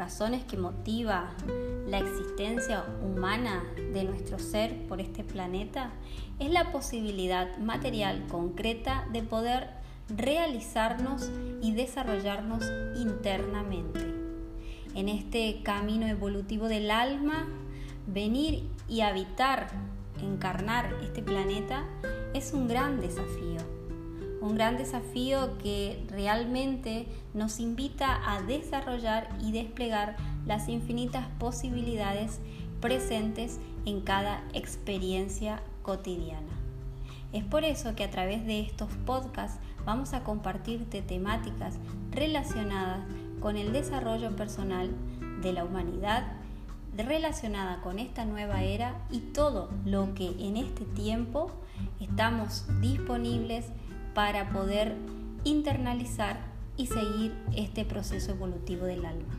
razones que motiva la existencia humana de nuestro ser por este planeta es la posibilidad material concreta de poder realizarnos y desarrollarnos internamente. En este camino evolutivo del alma, venir y habitar, encarnar este planeta es un gran desafío. Un gran desafío que realmente nos invita a desarrollar y desplegar las infinitas posibilidades presentes en cada experiencia cotidiana. Es por eso que a través de estos podcasts vamos a compartirte temáticas relacionadas con el desarrollo personal de la humanidad, relacionada con esta nueva era y todo lo que en este tiempo estamos disponibles para poder internalizar y seguir este proceso evolutivo del alma.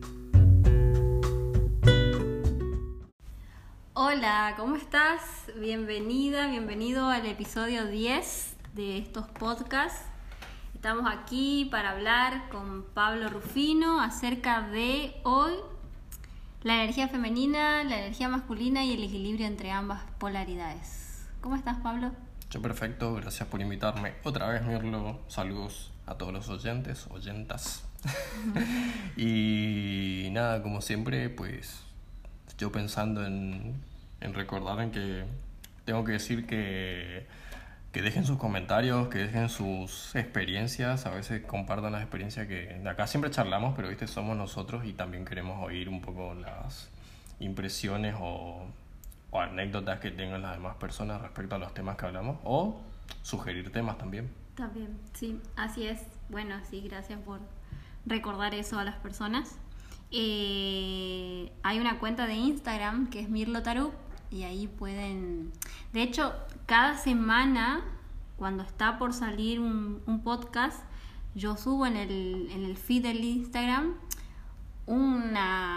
Hola, ¿cómo estás? Bienvenida, bienvenido al episodio 10 de estos podcasts. Estamos aquí para hablar con Pablo Rufino acerca de hoy la energía femenina, la energía masculina y el equilibrio entre ambas polaridades. ¿Cómo estás, Pablo? Yo perfecto, gracias por invitarme otra vez, Mirlo. Saludos a todos los oyentas. Y nada, como siempre, pues yo pensando en recordar en que tengo que decir que dejen sus comentarios, que dejen sus experiencias. A veces compartan las experiencias que de acá siempre charlamos, pero viste, somos nosotros y también queremos oír un poco las impresiones o anécdotas que tengan las demás personas respecto a los temas que hablamos, o sugerir temas también. También, sí, así es. Bueno, sí, gracias por recordar eso a las personas. Hay una cuenta de Instagram que es Mirlo Taruk y ahí pueden... De hecho, cada semana, cuando está por salir un podcast, yo subo en el feed del Instagram un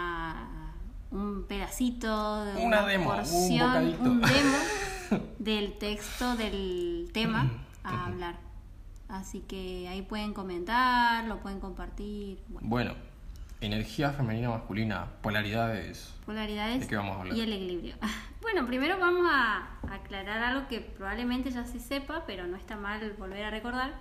pedacito de una porción, un demo del texto del tema a hablar. Así que ahí pueden comentar, lo pueden compartir. Bueno, energía femenina masculina, polaridades. ¿De qué vamos a hablar? Y el equilibrio. Bueno, primero vamos a aclarar algo que probablemente ya se sepa, pero no está mal volver a recordar,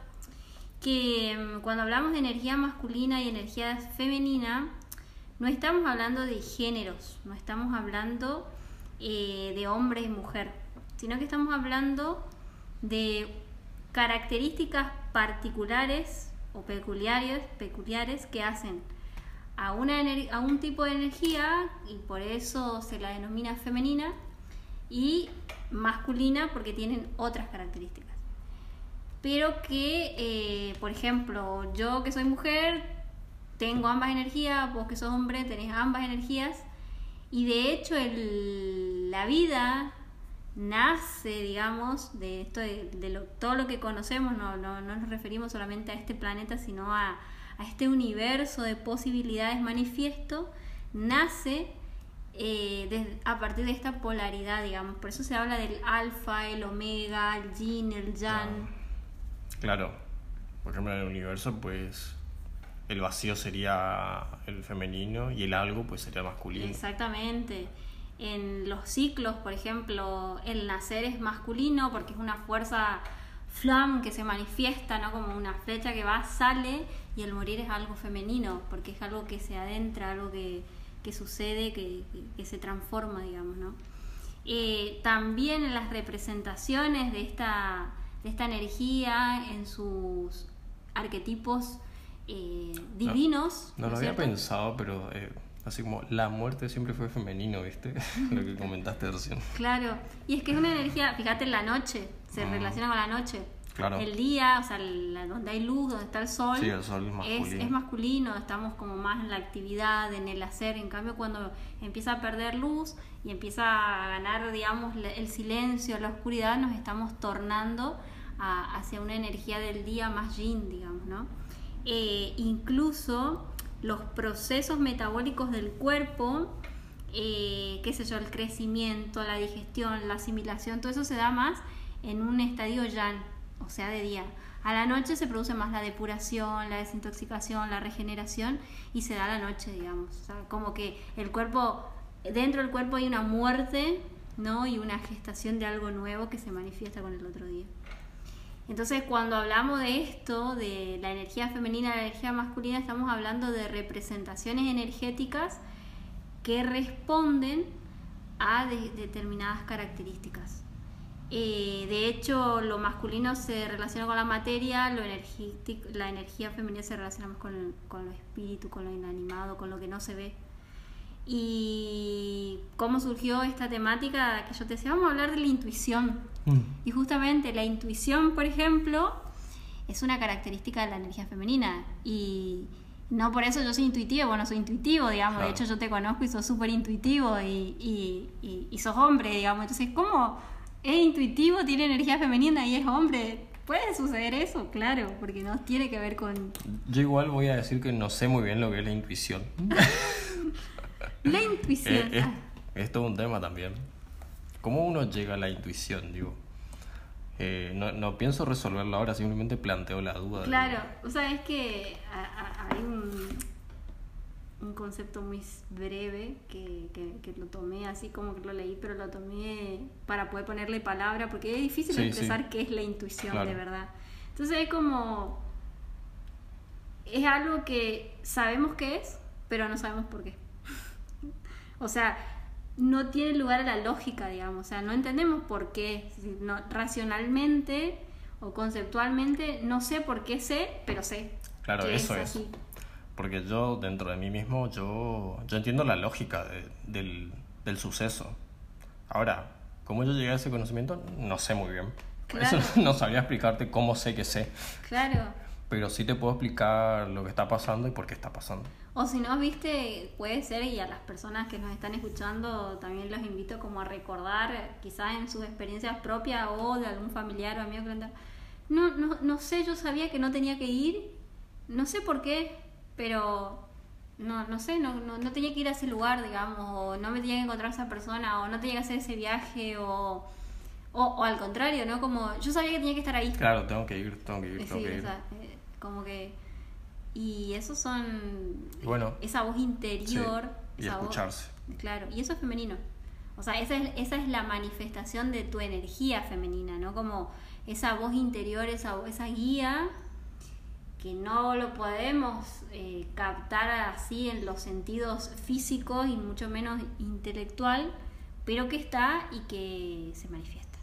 que cuando hablamos de energía masculina y energía femenina, no estamos hablando de géneros, no estamos hablando de hombre y mujer, sino que estamos hablando de características particulares o peculiares que hacen a un tipo de energía, y por eso se la denomina femenina, y masculina porque tienen otras características. Pero que, por ejemplo, yo que soy mujer tengo ambas energías, vos que sos hombre tenés ambas energías, y de hecho la vida nace, digamos, de esto, todo lo que conocemos. No nos referimos solamente a este planeta, sino a este universo de posibilidades manifiesto, nace a partir de esta polaridad, digamos. Por eso se habla del alfa, el omega, el yin, el yang. Claro, por ejemplo, en el universo, pues el vacío sería el femenino y el algo pues sería masculino. Exactamente. En los ciclos, por ejemplo, el nacer es masculino porque es una fuerza flam que se manifiesta, ¿no? Como una flecha que va, sale, y el morir es algo femenino porque es algo que se adentra, algo que sucede, que se transforma, digamos, ¿no? También en las representaciones de esta energía en sus arquetipos divinos. No lo había pensado, pero así como la muerte siempre fue femenino, ¿viste? Lo que comentaste recién. Claro, y es que es una energía, fíjate, la noche, se relaciona con la noche. Claro. El día, o sea, donde hay luz, donde está el sol, sí, el sol es masculino, estamos como más en la actividad, en el hacer. En cambio, cuando empieza a perder luz y empieza a ganar, digamos, el silencio, la oscuridad, nos estamos tornando hacia una energía del día más yin, digamos, ¿no? Incluso los procesos metabólicos del cuerpo, qué sé yo, el crecimiento, la digestión, la asimilación, todo eso se da más en un estadio yang, o sea, de día. A la noche se produce más la depuración, la desintoxicación, la regeneración y se da a la noche, digamos. O sea, como que el cuerpo, dentro del cuerpo hay una muerte, ¿no? Y una gestación de algo nuevo que se manifiesta con el otro día. Entonces, cuando hablamos de esto, de la energía femenina y la energía masculina, estamos hablando de representaciones energéticas que responden a determinadas características. De hecho, lo masculino se relaciona con la materia, la energía femenina se relaciona más con lo espíritu, con lo inanimado, con lo que no se ve. Y cómo surgió esta temática que yo te decía, vamos a hablar de la intuición. Y justamente la intuición, por ejemplo, es una característica de la energía femenina. Y no por eso yo soy intuitivo, bueno, soy intuitivo, digamos. Claro. De hecho, yo te conozco y sos súper intuitivo y sos hombre, digamos. Entonces, ¿cómo es intuitivo, tiene energía femenina y es hombre? ¿Puede suceder eso? Claro, porque no tiene que ver con... Yo igual voy a decir que no sé muy bien lo que es la intuición. La intuición. Es todo un tema también. ¿Cómo uno llega a la intuición? Digo, no pienso resolverlo ahora, simplemente planteo la duda. Claro, o sea, es que hay un concepto muy breve que lo tomé así como que lo leí, pero lo tomé para poder ponerle palabra, porque es difícil expresar qué es la intuición, claro, de verdad. Entonces es como... Es algo que sabemos qué es, pero no sabemos por qué. O sea, no tiene lugar a la lógica, digamos. O sea, no entendemos por qué. No, racionalmente o conceptualmente no sé por qué sé, pero sé. Claro, que eso es así. Porque yo, dentro de mí mismo, yo entiendo la lógica del suceso. Ahora, ¿cómo yo llegué a ese conocimiento? No sé muy bien. Claro. Eso no sabría explicarte cómo sé que sé. Claro. Pero sí te puedo explicar lo que está pasando y por qué está pasando. O si no, viste, puede ser, y a las personas que nos están escuchando también los invito como a recordar, quizás en sus experiencias propias o de algún familiar o amigo que no sé, yo sabía que no tenía que ir, no sé por qué, pero no sé, no tenía que ir a ese lugar, digamos, o no me tenía que encontrar a esa persona, o no tenía que hacer ese viaje, o al contrario, ¿no? Como yo sabía que tenía que estar ahí. Claro, tengo que ir. Sí, o sea, como que... Y esos son... Bueno, esa voz interior... Sí, y esa escucharse. Voz, claro, y eso es femenino. O sea, esa es la manifestación de tu energía femenina, ¿no? Como esa voz interior, esa guía que no lo podemos captar así en los sentidos físicos y mucho menos intelectual, pero que está y que se manifiesta.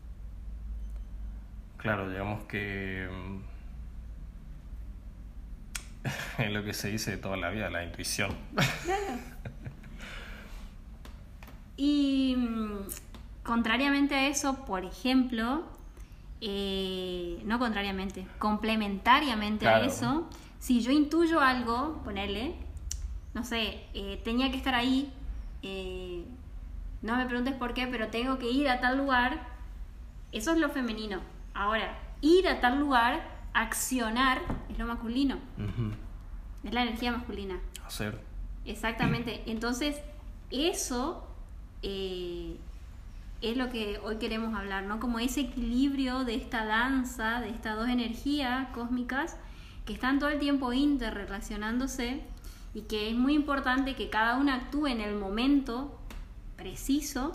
Claro, digamos que es lo que se dice de toda la vida, la intuición. Claro. Y contrariamente a eso, por ejemplo, no contrariamente, complementariamente, claro, a eso, si yo intuyo algo, ponerle, no sé, tenía que estar ahí, no me preguntes por qué, pero tengo que ir a tal lugar, eso es lo femenino. Ahora, ir a tal lugar, accionar, es lo masculino. Uh-huh. Es la energía masculina. Hacer. Exactamente. Entonces, eso es lo que hoy queremos hablar, ¿no? Como ese equilibrio de esta danza, de estas dos energías cósmicas que están todo el tiempo interrelacionándose y que es muy importante que cada una actúe en el momento preciso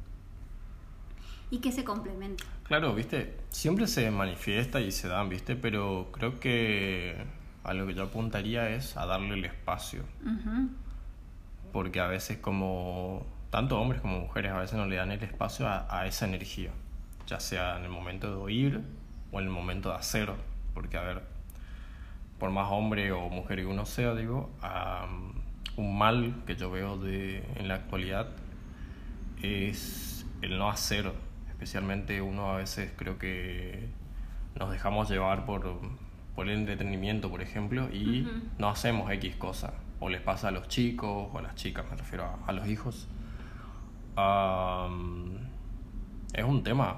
y que se complemente. Claro, viste, siempre se manifiesta y se dan, viste, pero creo que a lo que yo apuntaría es a darle el espacio. Uh-huh. Porque a veces como tanto hombres como mujeres a veces no le dan el espacio a esa energía, ya sea en el momento de oír o en el momento de hacer, porque a ver, por más hombre o mujer que uno sea, digo, un mal que yo veo en la actualidad es el no hacer. Especialmente uno a veces creo que nos dejamos llevar por el entretenimiento, por ejemplo, y uh-huh, no hacemos X cosa. O les pasa a los chicos, o a las chicas, me refiero a los hijos. Es un tema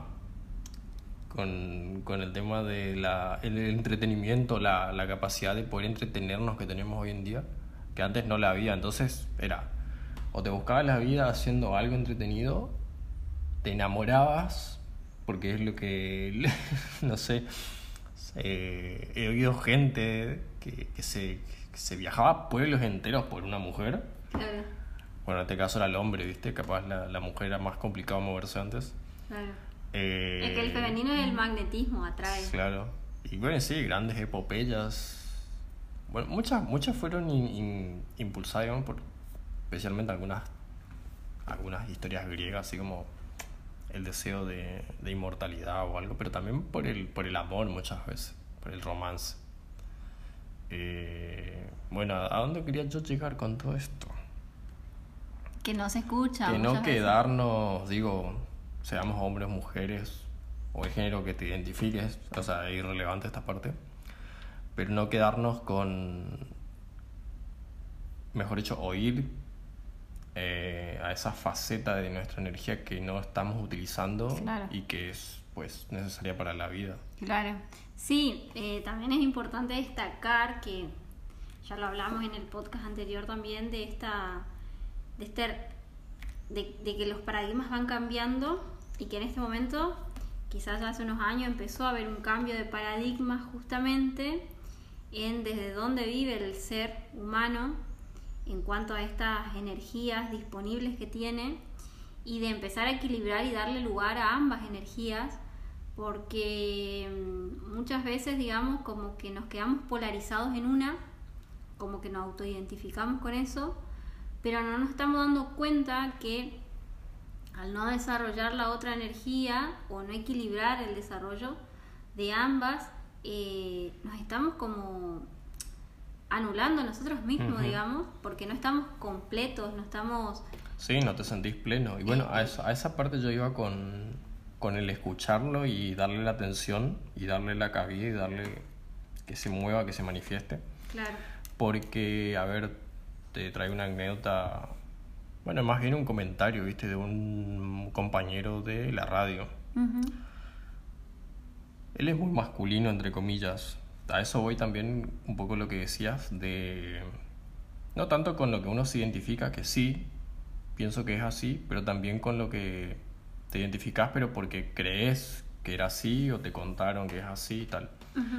con el tema de el entretenimiento, la capacidad de poder entretenernos que tenemos hoy en día, que antes no la había. Entonces era, o te buscabas la vida haciendo algo entretenido, te enamorabas, porque es lo que, no sé, He oído gente que se viajaba a pueblos enteros por una mujer. Claro, Bueno, en este caso era el hombre, ¿viste? Capaz la mujer era más complicado moverse antes. claro. Es que el femenino es el magnetismo, atrae. Claro. Y bueno, sí, grandes epopeyas. Bueno, muchas fueron impulsadas, digamos, especialmente algunas historias griegas, así como el deseo de inmortalidad o algo, pero también por el amor muchas veces, por el romance. Bueno, ¿a dónde quería yo llegar con todo esto? Que no se escucha. Que no muchas veces. quedarnos, digo, seamos hombres, mujeres, o el género que te identifiques, o sea, es irrelevante esta parte, pero no quedarnos con, mejor dicho, oír a esa faceta de nuestra energía que no estamos utilizando. Claro. Y que es pues necesaria para la vida. Claro. Sí, también es importante destacar que ya lo hablamos en el podcast anterior también de que los paradigmas van cambiando y que en este momento, quizás hace unos años, empezó a haber un cambio de paradigma justamente en desde dónde vive el ser humano en cuanto a estas energías disponibles que tiene, y de empezar a equilibrar y darle lugar a ambas energías, porque muchas veces, digamos, como que nos quedamos polarizados en una, como que nos autoidentificamos con eso, pero no nos estamos dando cuenta que al no desarrollar la otra energía o no equilibrar el desarrollo de ambas, nos estamos como anulando a nosotros mismos, digamos, porque no estamos completos, no estamos... Sí, no te sentís pleno. Y bueno, a esa parte yo iba con el escucharlo y darle la atención y darle la cabida y darle que se mueva, que se manifieste. Claro. Porque, a ver, te traigo una anécdota, bueno, más bien un comentario, ¿viste? De un compañero de la radio. Uh-huh. Él es muy masculino, entre comillas. A eso voy también un poco lo que decías de... No tanto con lo que uno se identifica, que sí, pienso que es así, pero también con lo que te identificas, pero porque crees que era así o te contaron que es así y tal. Uh-huh.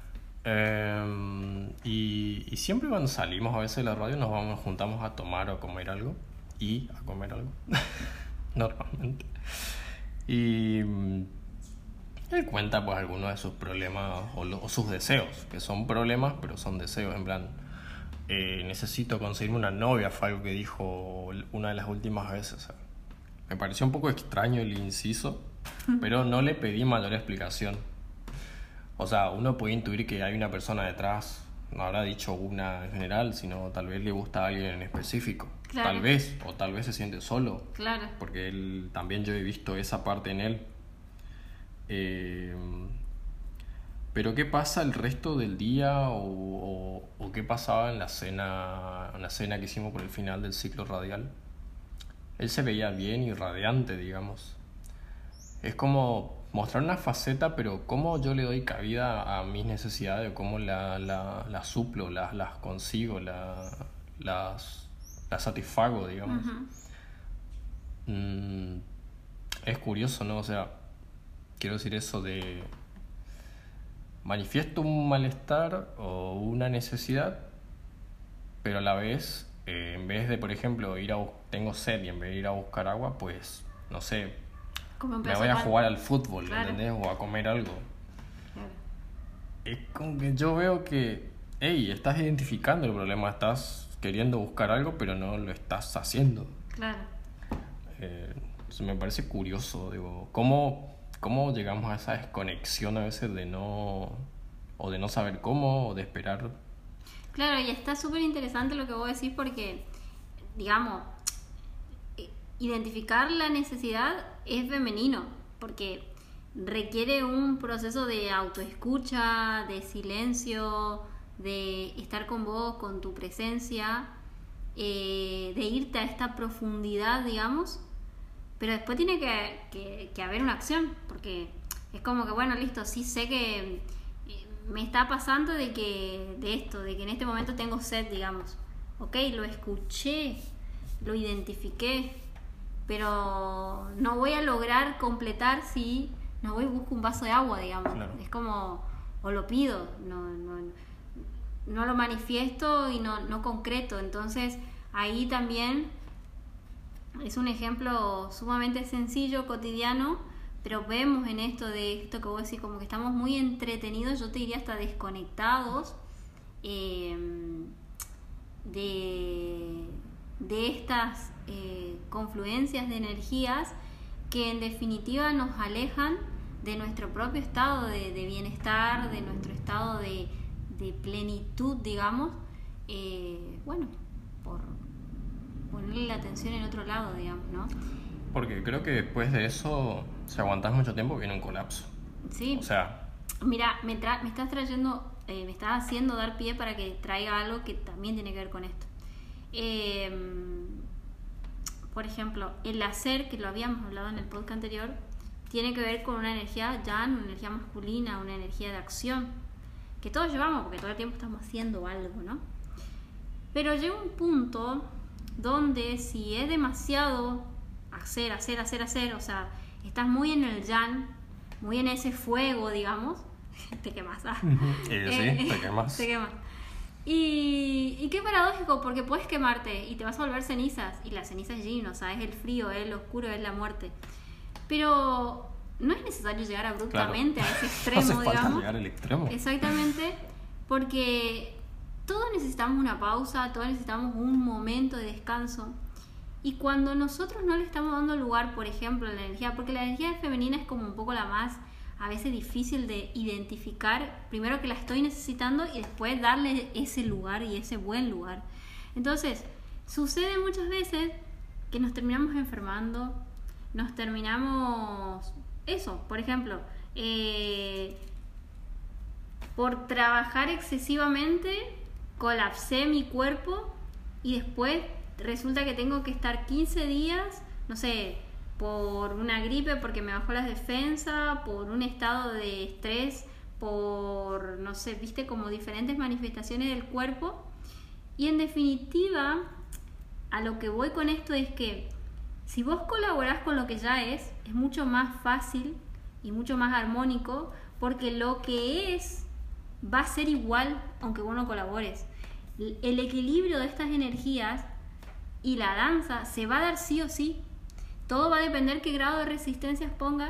Y siempre cuando salimos a veces de la radio nos juntamos a tomar o a comer algo. Y a comer algo. Normalmente. Y él cuenta pues algunos de sus problemas o sus deseos, que son problemas, pero son deseos, en plan... necesito conseguirme una novia, fue algo que dijo una de las últimas veces. Me pareció un poco extraño el inciso, pero no le pedí mayor explicación. O sea, uno puede intuir que hay una persona detrás, no habrá dicho una en general, sino tal vez le gusta a alguien en específico. Claro. Tal vez, o tal vez se siente solo. Claro. Porque él, también yo he visto esa parte en él. Pero ¿qué pasa el resto del día o qué pasaba en la cena que hicimos por el final del ciclo radial? Él se veía bien y radiante, digamos. Es como mostrar una faceta, pero cómo yo le doy cabida a mis necesidades, o cómo la suplo, las consigo, las satisfago, digamos. Uh-huh. Es curioso, ¿no? O sea, quiero decir eso de... Manifiesto un malestar o una necesidad, pero a la vez, en vez de, por ejemplo, tengo sed y en vez de ir a buscar agua, pues, no sé, me voy a jugar al fútbol, claro. ¿Entendés? O a comer algo. Claro. Es como que yo veo que, hey, estás identificando el problema, estás queriendo buscar algo, pero no lo estás haciendo. Claro. Me parece curioso, digo, ¿cómo llegamos a esa desconexión a veces de no saber cómo, o de esperar? Claro, y está súper interesante lo que vos decís porque, digamos, identificar la necesidad es femenino, porque requiere un proceso de autoescucha, de silencio, de estar con vos, con tu presencia, de irte a esta profundidad, digamos. Pero después tiene que haber una acción, porque es como que, bueno, listo, sí sé que me está pasando de que en este momento tengo sed, digamos. Ok, lo escuché, lo identifiqué, pero no voy a lograr completar si no voy y busco un vaso de agua, digamos. Claro. Es como, o lo pido, no lo manifiesto y no concreto. Entonces ahí también es un ejemplo sumamente sencillo, cotidiano, pero vemos en esto que vos decís, como que estamos muy entretenidos, yo te diría hasta desconectados de estas confluencias de energías que en definitiva nos alejan de nuestro propio estado de bienestar, de nuestro estado de plenitud, digamos, por ponerle la atención en otro lado, digamos, ¿no? Porque creo que después de eso, si aguantas mucho tiempo, viene un colapso. Sí. O sea... Mira, me estás trayendo, me estás haciendo dar pie para que traiga algo que también tiene que ver con esto. Por ejemplo, el hacer, que lo habíamos hablado en el podcast anterior, tiene que ver con una energía yang, una energía masculina, una energía de acción, que todos llevamos porque todo el tiempo estamos haciendo algo, ¿no? Pero llega un punto donde si es demasiado hacer, o sea, estás muy en el yang, muy en ese fuego, digamos, te quemas. Sí, te quemas. Te quemas. Y qué paradójico, porque puedes quemarte y te vas a volver cenizas, y la ceniza es yin, o sea, es el frío, es el oscuro, es la muerte. Pero no es necesario llegar abruptamente a ese extremo, no hace falta digamos. llegar al extremo. Exactamente, porque todos necesitamos una pausa, todos necesitamos un momento de descanso. Y cuando nosotros no le estamos dando lugar, por ejemplo, a la energía, porque la energía femenina es como un poco la más, a veces, difícil de identificar, primero que la estoy necesitando y después darle ese lugar y ese buen lugar. Entonces, sucede muchas veces que nos terminamos enfermando, nos terminamos, por ejemplo, por trabajar excesivamente, colapsé mi cuerpo y después resulta que tengo que estar 15 días, no sé, por una gripe porque me bajó las defensas, por un estado de estrés, por, no sé, viste, como diferentes manifestaciones del cuerpo. Y en definitiva, a lo que voy con esto es que si vos colaborás con lo que ya es mucho más fácil y mucho más armónico, porque lo que es va a ser igual aunque vos no colabores. El equilibrio de estas energías y la danza se va a dar sí o sí. Todo va a depender qué grado de resistencia pongas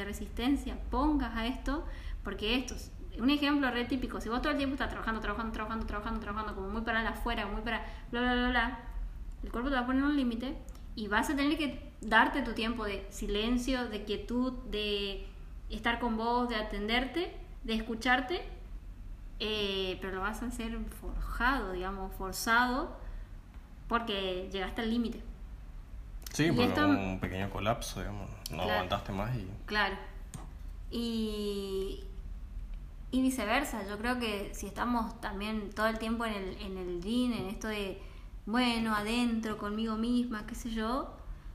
a esto, porque esto es un ejemplo re típico. Si vos todo el tiempo estás trabajando, como muy para afuera, muy para bla, bla, bla, bla, el cuerpo te va a poner un límite y vas a tener que darte tu tiempo de silencio, de quietud, de estar con vos, de atenderte, de escucharte, pero lo vas a hacer forjado, digamos, forzado, porque llegaste al límite. Sí, porque un pequeño colapso, digamos, no claro, aguantaste más y... Claro. Y viceversa, yo creo que si estamos también todo el tiempo en el yin, en esto de, bueno, adentro, conmigo misma, qué sé yo,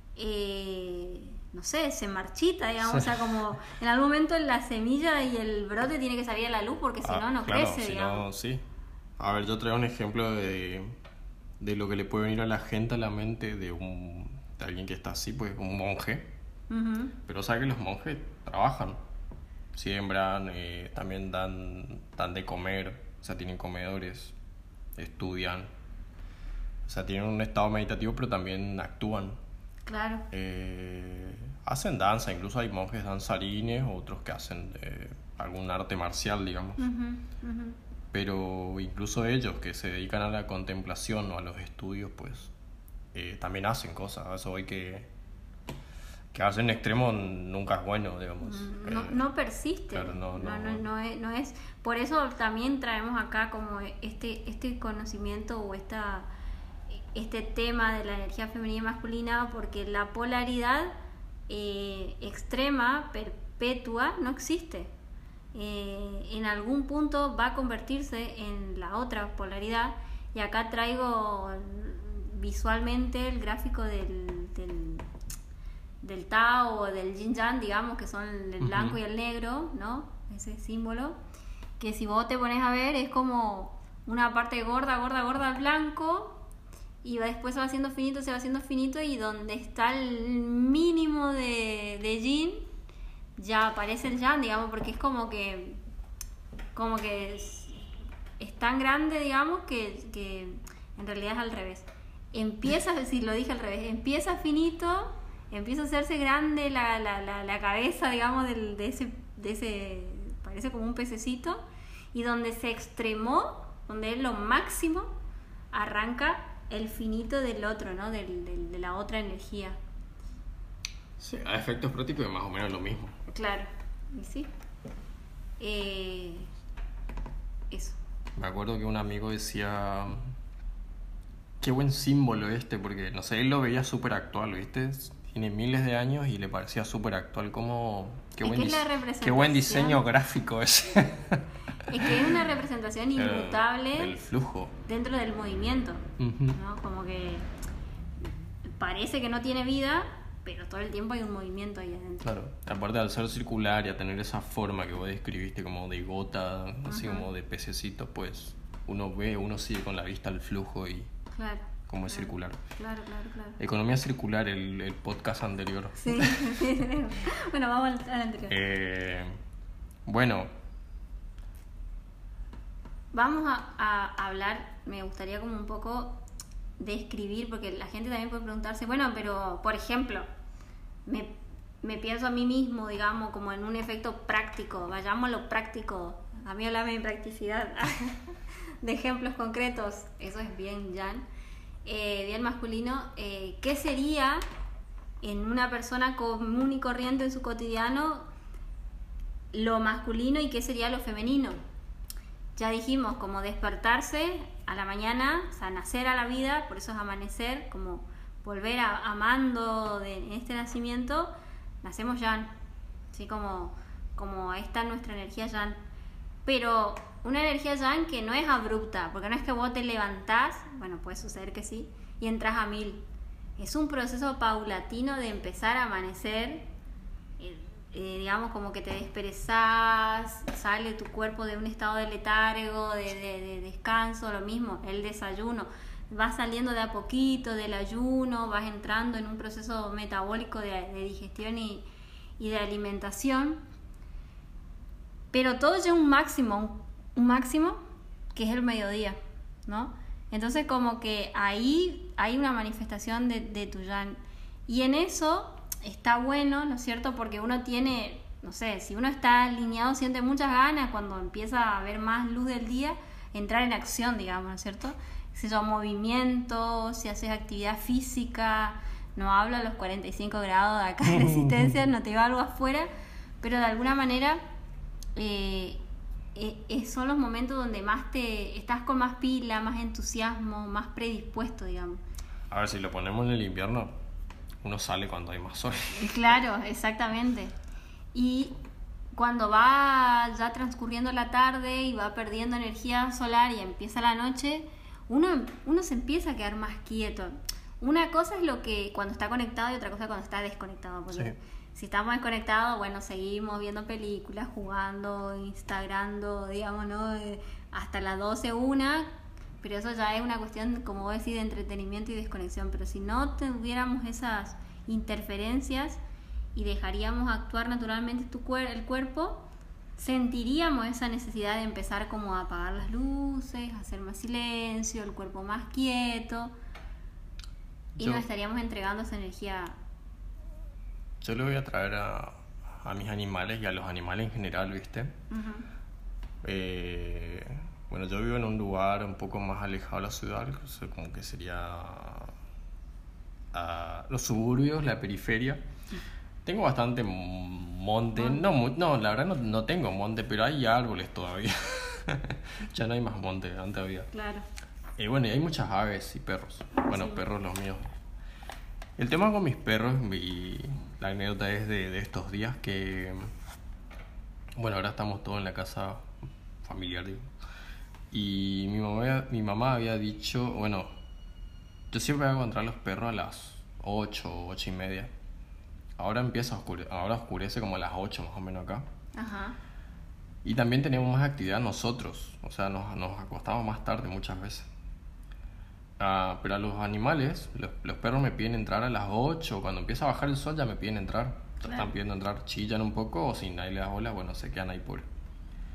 no sé, se marchita, digamos, sí. O sea, como en algún momento la semilla y el brote tiene que salir a la luz porque si no claro, crece, digamos. No, sí. A ver, yo traigo un ejemplo de lo que le puede venir a la gente a la mente de alguien que está así, pues un monje. Uh-huh. Pero sabe que los monjes trabajan, siembran, también dan de comer, o sea, tienen comedores, estudian, o sea, tienen un estado meditativo, pero también actúan. Claro. Hacen danza, incluso hay monjes danzarines, otros que hacen algún arte marcial, digamos. Uh-huh, uh-huh. Pero incluso ellos que se dedican a la contemplación o a los estudios, pues también hacen cosas. A eso voy que hacer en extremo nunca es bueno, digamos. No persiste. Claro, no es. Por eso también traemos acá como este conocimiento o este tema de la energía femenina y masculina, porque la polaridad extrema, perpetua, no existe. En algún punto va a convertirse en la otra polaridad, y acá traigo visualmente el gráfico del Tao o del Yin Yang, digamos, que son el blanco, uh-huh, y el negro, ¿no? Ese símbolo, que si vos te pones a ver es como una parte gorda blanco, y después se va haciendo finito, y donde está el mínimo de Yin ya aparece el Yang, digamos, porque es como que como que es tan grande, digamos, que en realidad es al revés. Empieza, si lo dije al revés, empieza finito, empieza a hacerse grande la cabeza, digamos, de ese, parece como un pececito, y donde se extremó, donde es lo máximo, arranca el finito del otro, ¿no? De la otra energía. Sí, a efectos prácticos es más o menos lo mismo. Claro, y sí. Eso. Me acuerdo que un amigo decía, qué buen símbolo porque, no sé, él lo veía súper actual, ¿viste? Tiene miles de años y le parecía súper actual, como qué buen diseño gráfico ese. Es que es una representación inmutable del flujo dentro del movimiento, ¿no? Como que parece que no tiene vida, pero todo el tiempo hay un movimiento ahí adentro. Claro, aparte al ser circular y a tener esa forma que vos describiste como de gota, así como de pececito, pues uno sigue con la vista el flujo y como es circular. Claro. Economía circular, el podcast anterior. Sí. Bueno, vamos al anterior. Bueno. Vamos a hablar, me gustaría como un poco describir, porque la gente también puede preguntarse, bueno, pero por ejemplo, me pienso a mí mismo, digamos, como en un efecto práctico, vayamos a lo práctico, a mí hablame de practicidad, de ejemplos concretos, eso es bien Jan, bien masculino. ¿Qué sería en una persona común y corriente en su cotidiano lo masculino y qué sería lo femenino? Ya dijimos, como despertarse a la mañana, o sea, nacer a la vida, por eso es amanecer, como volver amando en este nacimiento, nacemos Yan, ¿sí? Como ahí está nuestra energía Yan. Pero una energía Yan que no es abrupta, porque no es que vos te levantás, bueno, puede suceder que sí, y entras a 1000. Es un proceso paulatino de empezar a amanecer, digamos, como que te desperezás, sale tu cuerpo de un estado de letargo, de descanso, lo mismo, el desayuno, vas saliendo de a poquito del ayuno, vas entrando en un proceso metabólico de digestión y de alimentación, pero todo llega a un máximo que es el mediodía, ¿no? Entonces como que ahí hay una manifestación de tu Yan, y en eso está bueno, ¿no es cierto? Porque uno tiene, no sé, si uno está alineado, siente muchas ganas cuando empieza a ver más luz del día, entrar en acción, digamos, ¿no es cierto? Si yo movimiento, si haces actividad física, no hablo a los 45 grados de acá de resistencia, no te va algo afuera, pero de alguna manera son los momentos donde más estás con más pila, más entusiasmo, más predispuesto, digamos. A ver, si lo ponemos en el invierno, uno sale cuando hay más sol. Claro, exactamente. Y cuando va ya transcurriendo la tarde y va perdiendo energía solar y empieza la noche, uno se empieza a quedar más quieto. Una cosa es lo que cuando está conectado y otra cosa cuando está desconectado. Porque sí. Si estamos desconectados, bueno, seguimos viendo películas, jugando, instagrando, digamos, ¿no? Hasta las 12, 1, pero eso ya es una cuestión, como vos decís, de entretenimiento y desconexión. Pero si no tuviéramos esas interferencias y dejaríamos actuar naturalmente el cuerpo, sentiríamos esa necesidad de empezar como a apagar las luces, hacer más silencio, el cuerpo más quieto, y nos estaríamos entregando esa energía. Yo le voy a traer a mis animales y a los animales en general, ¿viste? Bueno, yo vivo en un lugar un poco más alejado de la ciudad, como que sería los suburbios, la periferia. Tengo bastante monte. No, la verdad no tengo monte, pero hay árboles todavía. Ya no hay más monte, antes había. Claro. Bueno, y hay muchas aves y perros. Bueno, sí. Perros los míos. El tema con mis perros, y la anécdota es de estos días que... Bueno, ahora estamos todos en la casa familiar, digo. Y mi mamá había dicho, bueno, yo siempre voy a encontrar los perros a las 8, 8 y media. Ahora ahora oscurece como a las 8 más o menos acá. Ajá. Y también tenemos más actividad nosotros, o sea, nos acostamos más tarde muchas veces. Pero a los animales, los perros me piden entrar a las 8, cuando empieza a bajar el sol ya me piden entrar. Claro. Están pidiendo entrar, chillan un poco, o si nadie les da bola, bueno, se quedan ahí por...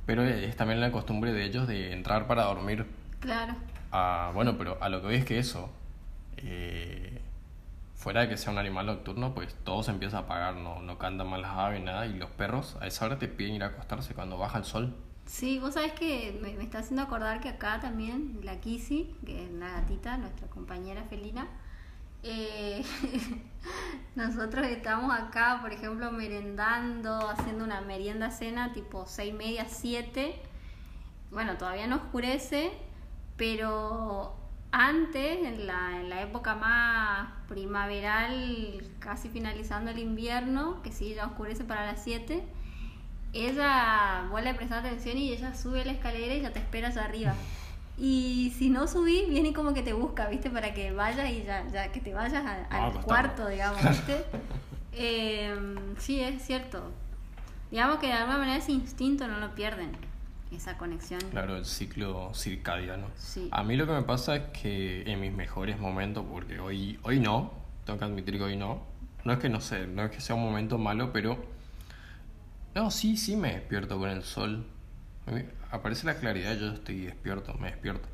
Pero es también la costumbre de ellos de entrar para dormir. Claro. Bueno, pero a lo que voy es que eso, eh, fuera de que sea un animal nocturno, pues todo se empieza a apagar, no cantan más las aves, nada, y los perros a esa hora te piden ir a acostarse cuando baja el sol. Sí, vos sabés que me está haciendo acordar que acá también la Kissy, que es una gatita, nuestra compañera felina, eh, nosotros estamos acá, por ejemplo, merendando, haciendo una merienda cena tipo 6:30, 7. Bueno, todavía no oscurece, pero antes, en la época más primaveral, casi finalizando el invierno, que sí, ya oscurece para las 7, ella vuelve a prestar atención y ella sube la escalera y ya te espera allá arriba. Y si no subís, viene y como que te busca, ¿viste? Para que vayas y ya que te vayas al cuarto, digamos, ¿viste? Sí, es cierto. Digamos que de alguna manera ese instinto no lo pierden, esa conexión. Claro, el ciclo circadiano. Sí. A mí lo que me pasa es que en mis mejores momentos, porque hoy no, tengo que admitir que hoy no es que no sé, no es que sea un momento malo, pero no, sí me despierto con el sol. A mí aparece la claridad, yo estoy despierto, me despierto.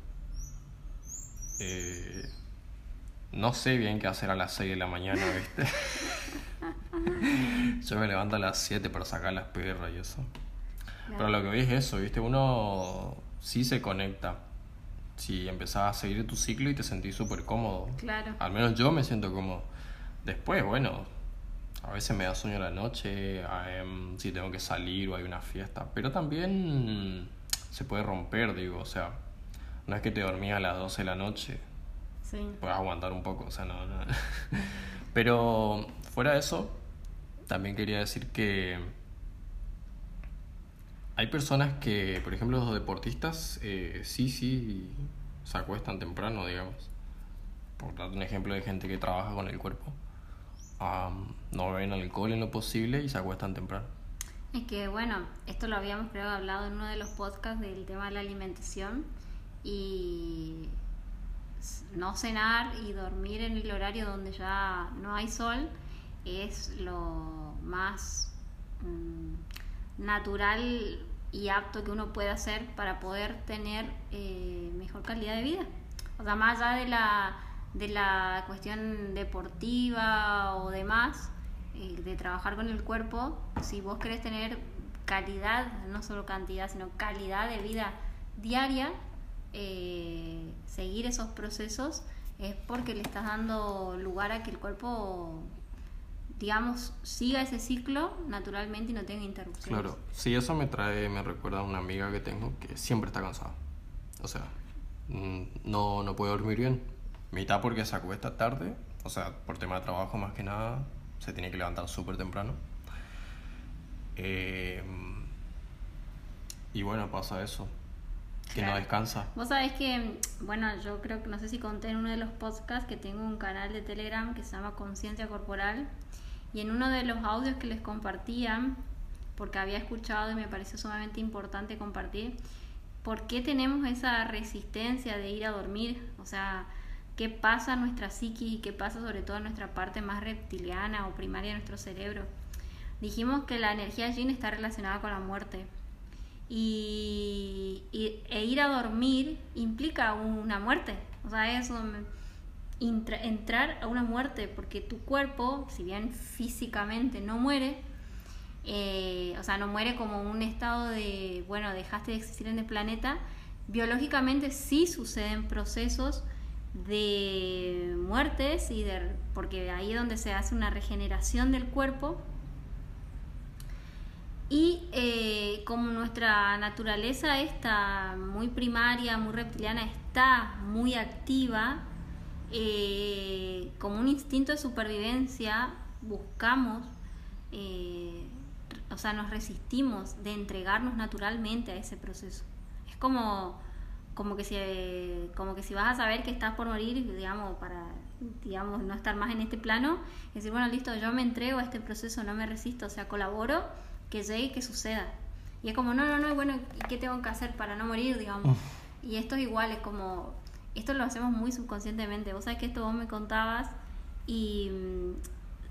No sé bien qué hacer a las 6 de la mañana, ¿viste? Yo me levanto a las 7 para sacar las perras y eso. Claro. Pero lo que veis es eso, ¿viste? Uno sí se conecta. Si empezás a seguir tu ciclo y te sentís súper cómodo. Claro. Al menos yo me siento cómodo. Después, bueno, a veces me da sueño a la noche, si tengo que salir o hay una fiesta. Pero también se puede romper, digo, o sea, no es que te dormís a las 12 de la noche. Sí. Puedes aguantar un poco, o sea, no. Pero fuera de eso, también quería decir que hay personas que, por ejemplo, los deportistas, sí, se acuestan temprano, digamos. Por dar un ejemplo de gente que trabaja con el cuerpo. No beben alcohol en lo posible y se acuestan temprano. Es que, bueno, esto lo habíamos creo hablado en uno de los podcasts del tema de la alimentación, y no cenar y dormir en el horario donde ya no hay sol es lo más natural y apto que uno puede hacer para poder tener mejor calidad de vida. O sea, más allá de la cuestión deportiva o demás, de trabajar con el cuerpo, si vos querés tener calidad, no solo cantidad, sino calidad de vida diaria, seguir esos procesos es porque le estás dando lugar a que el cuerpo, digamos, siga ese ciclo naturalmente y no tenga interrupciones. Claro, sí, eso me recuerda a una amiga que tengo que siempre está cansada. O sea, no puede dormir bien. Mitad porque se acuesta tarde, o sea, por tema de trabajo más que nada, se tiene que levantar súper temprano. Y bueno, pasa eso, que Claro. no descansa. Vos sabés que, bueno, yo creo que, no sé si conté en uno de los podcasts, que tengo un canal de Telegram que se llama Conciencia Corporal, y en uno de los audios que les compartían, porque había escuchado y me pareció sumamente importante compartir, ¿por qué tenemos esa resistencia de ir a dormir? O sea, ¿qué pasa en nuestra psiquis y qué pasa sobre todo en nuestra parte más reptiliana o primaria de nuestro cerebro? Dijimos que la energía yin está relacionada con la muerte. E ir a dormir implica una muerte. O sea, es entrar a una muerte, porque tu cuerpo, si bien físicamente no muere, o sea, no muere como un estado de, bueno, dejaste de existir en el planeta, biológicamente sí suceden procesos de muertes porque ahí es donde se hace una regeneración del cuerpo. Y como nuestra naturaleza está muy primaria, muy reptiliana, está muy activa, como un instinto de supervivencia, buscamos, o sea, nos resistimos de entregarnos naturalmente a ese proceso. Es como que si vas a saber que estás por morir, digamos, para, digamos, no estar más en este plano, es decir, bueno, listo, yo me entrego a este proceso, no me resisto, o sea, colaboro, que llegue y que suceda. Y es como, no, bueno, ¿y qué tengo que hacer para no morir, digamos? Y esto es igual, es como, esto lo hacemos muy subconscientemente. Vos sabés que esto vos me contabas y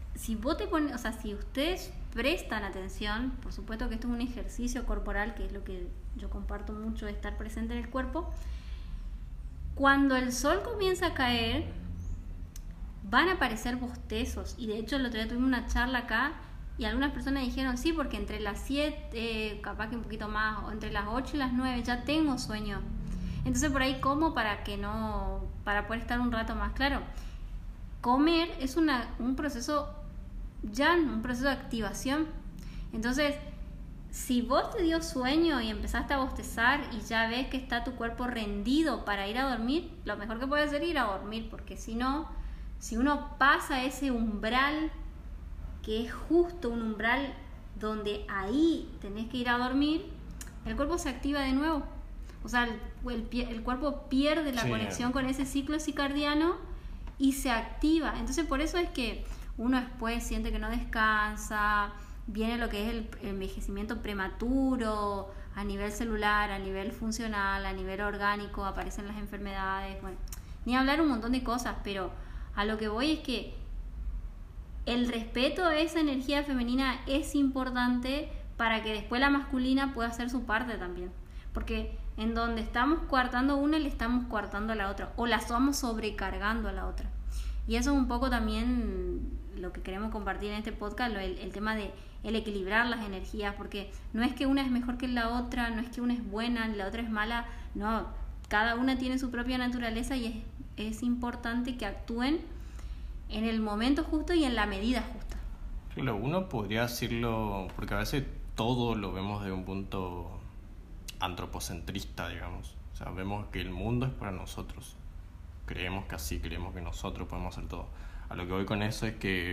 si vos te pones, o sea, si ustedes prestan atención, por supuesto que esto es un ejercicio corporal, que es lo que yo comparto mucho, de estar presente en el cuerpo. Cuando el sol comienza a caer, van a aparecer bostezos. Y de hecho el otro día tuvimos una charla acá y algunas personas dijeron, sí, porque entre las 7, capaz que un poquito más, o entre las 8 y las 9 ya tengo sueño. Entonces por ahí como para poder estar un rato más claro. Comer es un proceso de activación. Entonces, si vos te dio sueño y empezaste a bostezar y ya ves que está tu cuerpo rendido para ir a dormir, lo mejor que puedes hacer es ir a dormir, porque si no, si uno pasa ese umbral, que es justo un umbral donde ahí tenés que ir a dormir, el cuerpo se activa de nuevo. O sea, el cuerpo pierde la conexión con ese ciclo circadiano y se activa. Entonces por eso es que uno después siente que no descansa, viene lo que es el envejecimiento prematuro a nivel celular, a nivel funcional, a nivel orgánico, aparecen las enfermedades, bueno, ni hablar un montón de cosas, pero a lo que voy es que el respeto a esa energía femenina es importante para que después la masculina pueda hacer su parte también, porque en donde estamos coartando una, le estamos coartando a la otra, o la estamos sobrecargando a la otra. Y eso es un poco también lo que queremos compartir en este podcast, el tema de el equilibrar las energías, porque no es que una es mejor que la otra, no es que una es buena y la otra es mala, no, cada una tiene su propia naturaleza y es importante que actúen en el momento justo y en la medida justa. Claro, uno podría decirlo, porque a veces todo lo vemos de un punto antropocentrista, digamos. O sea, vemos que el mundo es para nosotros. Creemos que así, creemos que nosotros podemos hacer todo. A lo que voy con eso es que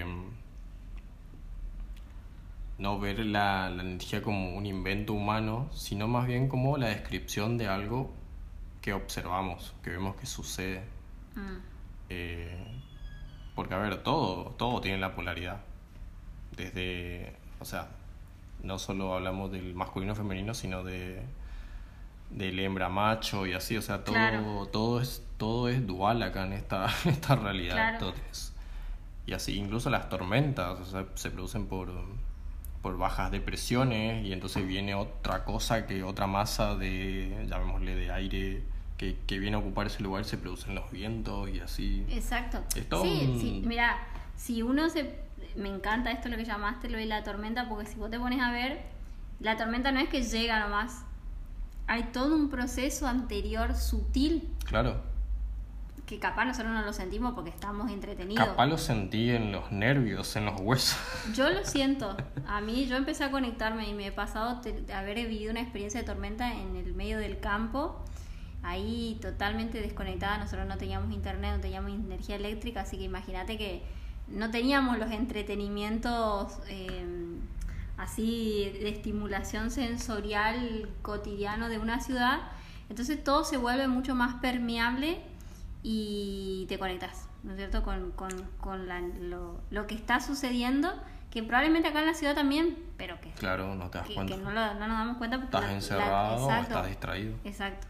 no ver la energía como un invento humano, sino más bien como la descripción de algo que observamos, que vemos que sucede. Porque, a ver, todo tiene la polaridad. O sea, no solo hablamos del masculino femenino, sino del hembra macho y así, o sea, todo es dual acá en esta realidad. Claro. Entonces, y así, incluso las tormentas, o sea, se producen por bajas depresiones, y entonces viene otra masa llamémosle de aire que viene a ocupar ese lugar, se producen los vientos y así. Exacto. Sí, mira, si me encanta esto lo que llamaste, lo de la tormenta, porque si vos te pones a ver, la tormenta no es que llega nomás, hay todo un proceso anterior sutil. Claro. Que capaz nosotros no lo sentimos porque estamos entretenidos. Capaz lo sentí en los nervios, en los huesos. Yo lo siento. Yo empecé a conectarme y me he pasado de haber vivido una experiencia de tormenta en el medio del campo, ahí totalmente desconectada. Nosotros no teníamos internet, no teníamos energía eléctrica, así que imagínate que no teníamos los entretenimientos así de estimulación sensorial cotidiano de una ciudad. Entonces todo se vuelve mucho más permeable y te conectas, ¿no es cierto?, con lo que está sucediendo, que probablemente acá en la ciudad también, pero que claro, no te das cuenta, que no nos damos cuenta porque estás encerrado o estás distraído. Exacto.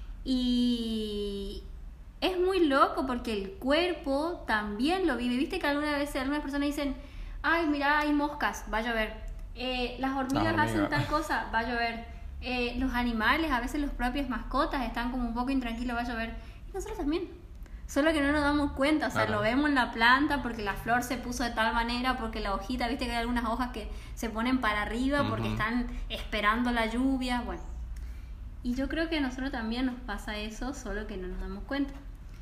Y es muy loco porque el cuerpo también lo vive. Viste que algunas veces algunas personas dicen, ay, mira, hay moscas, va a llover, las hormigas hacen tal cosa, va a llover, los animales, a veces los propios mascotas están como un poco intranquilos, va a llover, y nosotros también. Solo que no nos damos cuenta, o sea, lo vemos en la planta porque la flor se puso de tal manera, porque la hojita, viste que hay algunas hojas que se ponen para arriba porque están esperando la lluvia, bueno. Y yo creo que a nosotros también nos pasa eso, solo que no nos damos cuenta.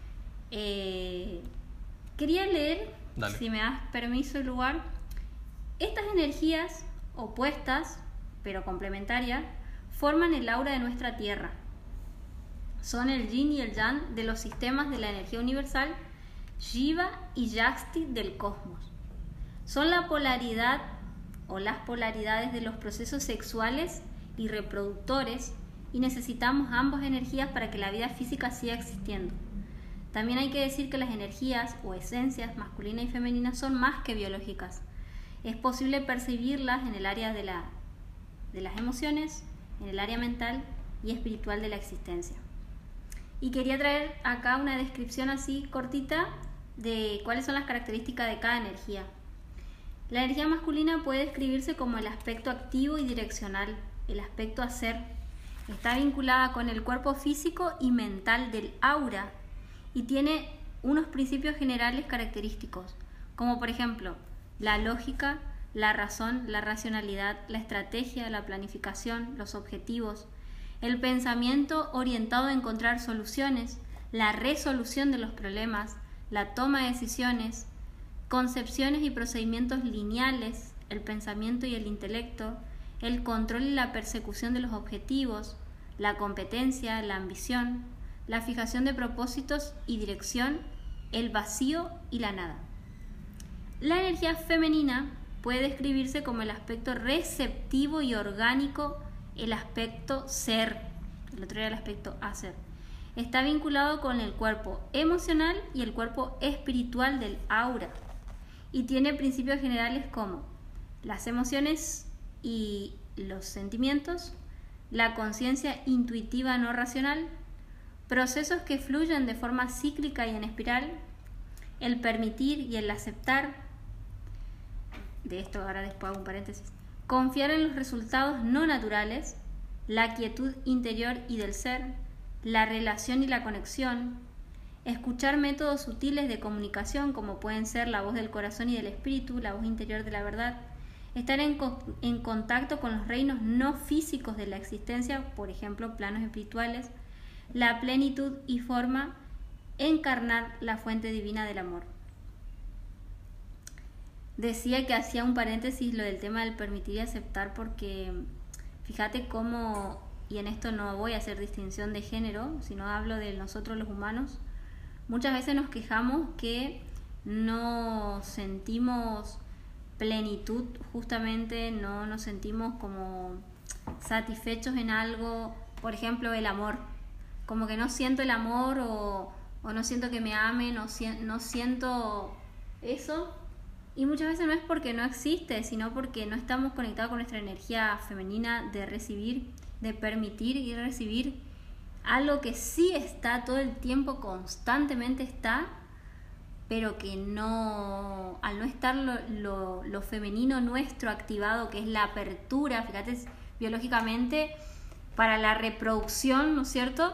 Quería leer, Dale. Si me das permiso y lugar, estas energías opuestas, pero complementarias, forman el aura de nuestra Tierra. Son el yin y el yang de los sistemas de la energía universal, Shiva y Shakti del cosmos. Son la polaridad o las polaridades de los procesos sexuales y reproductores, y necesitamos ambas energías para que la vida física siga existiendo. También hay que decir que las energías o esencias masculina y femenina son más que biológicas. Es posible percibirlas en el área de las emociones, en el área mental y espiritual de la existencia. Y quería traer acá una descripción así cortita de cuáles son las características de cada energía. La energía masculina puede describirse como el aspecto activo y direccional, el aspecto hacer. Está vinculada con el cuerpo físico y mental del aura y tiene unos principios generales característicos, como por ejemplo la lógica, la razón, la racionalidad, la estrategia, la planificación, los objetivos, el pensamiento orientado a encontrar soluciones, la resolución de los problemas, la toma de decisiones, concepciones y procedimientos lineales, el pensamiento y el intelecto, el control y la persecución de los objetivos, la competencia, la ambición, la fijación de propósitos y dirección, el vacío y la nada. La energía femenina puede describirse como el aspecto receptivo y orgánico, el aspecto ser, el otro era el aspecto hacer. Está vinculado con el cuerpo emocional y el cuerpo espiritual del aura y tiene principios generales como las emociones y los sentimientos, la conciencia intuitiva no racional, procesos que fluyen de forma cíclica y en espiral, el permitir y el aceptar, de esto ahora después hago un paréntesis, confiar en los resultados no naturales, la quietud interior y del ser, la relación y la conexión, escuchar métodos sutiles de comunicación como pueden ser la voz del corazón y del espíritu, la voz interior de la verdad, estar en contacto con los reinos no físicos de la existencia, por ejemplo, planos espirituales, la plenitud y forma, encarnar la fuente divina del amor. Decía que hacía un paréntesis lo del tema del permitir y aceptar porque fíjate cómo, y en esto no voy a hacer distinción de género, sino hablo de nosotros los humanos, muchas veces nos quejamos que no sentimos plenitud, justamente no nos sentimos como satisfechos en algo, por ejemplo el amor, como que no siento el amor o no siento que me amen, no siento eso, y muchas veces no es porque no existe, sino porque no estamos conectados con nuestra energía femenina de recibir, de permitir y recibir algo que sí está todo el tiempo, constantemente está, pero que no, al no estar lo femenino nuestro activado, que es la apertura, fíjate, biológicamente, para la reproducción, ¿no es cierto?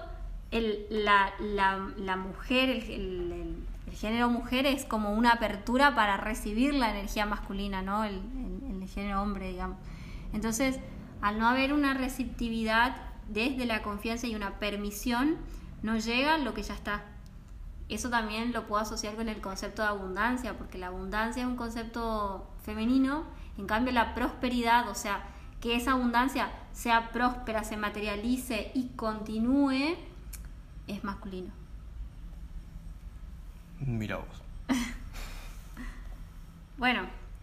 La mujer, el género mujer es como una apertura para recibir la energía masculina, ¿no? El género hombre, digamos. Entonces, al no haber una receptividad desde la confianza y una permisión, no llega lo que ya está. Eso también lo puedo asociar con el concepto de abundancia, porque la abundancia es un concepto femenino, en cambio la prosperidad, o sea, que esa abundancia sea próspera, se materialice y continúe, es masculino. Mira vos. Bueno,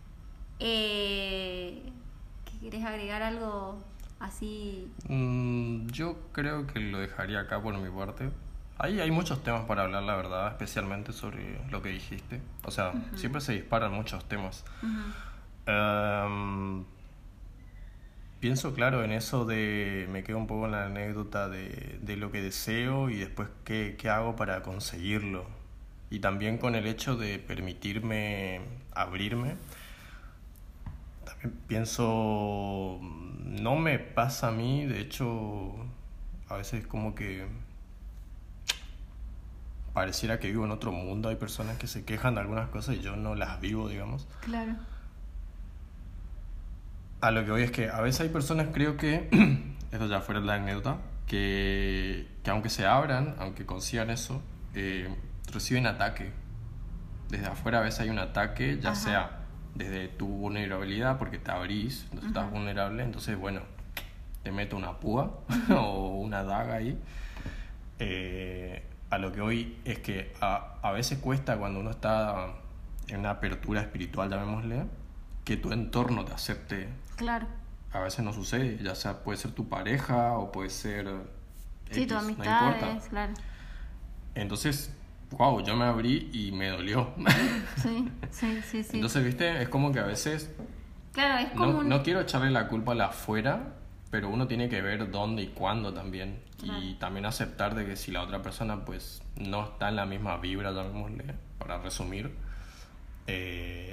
¿querés agregar algo así? Yo creo que lo dejaría acá por mi parte. Ahí hay muchos temas para hablar, la verdad, especialmente sobre lo que dijiste. O sea, siempre se disparan muchos temas. Pienso, claro, en eso de... Me quedo un poco en la anécdota de lo que deseo y después qué hago para conseguirlo. Y también con el hecho de permitirme abrirme. También pienso... No me pasa a mí, de hecho, a veces como que... Pareciera que vivo en otro mundo. Hay personas que se quejan de algunas cosas y yo no las vivo, digamos. Claro. A lo que voy es que a veces hay personas, creo que, esto ya fuera la anécdota, que aunque se abran, aunque consigan eso, reciben ataque. Desde afuera a veces hay un ataque, ya sea desde tu vulnerabilidad, porque te abrís, entonces estás vulnerable, entonces bueno, te meto una púa o una daga ahí. A lo que hoy es que a veces cuesta cuando uno está en una apertura espiritual, llamémosle, que tu entorno te acepte. Claro. A veces no sucede, ya sea puede ser tu pareja o puede ser sí, tu amistad, no importa. Claro. Entonces, wow, yo me abrí y me dolió. Sí. Entonces, viste, es como que a veces claro, es como no quiero echarle la culpa a la afuera, pero uno tiene que ver dónde y cuándo también. Claro. Y también aceptar de que si la otra persona pues no está en la misma vibra, llamémosle, para resumir,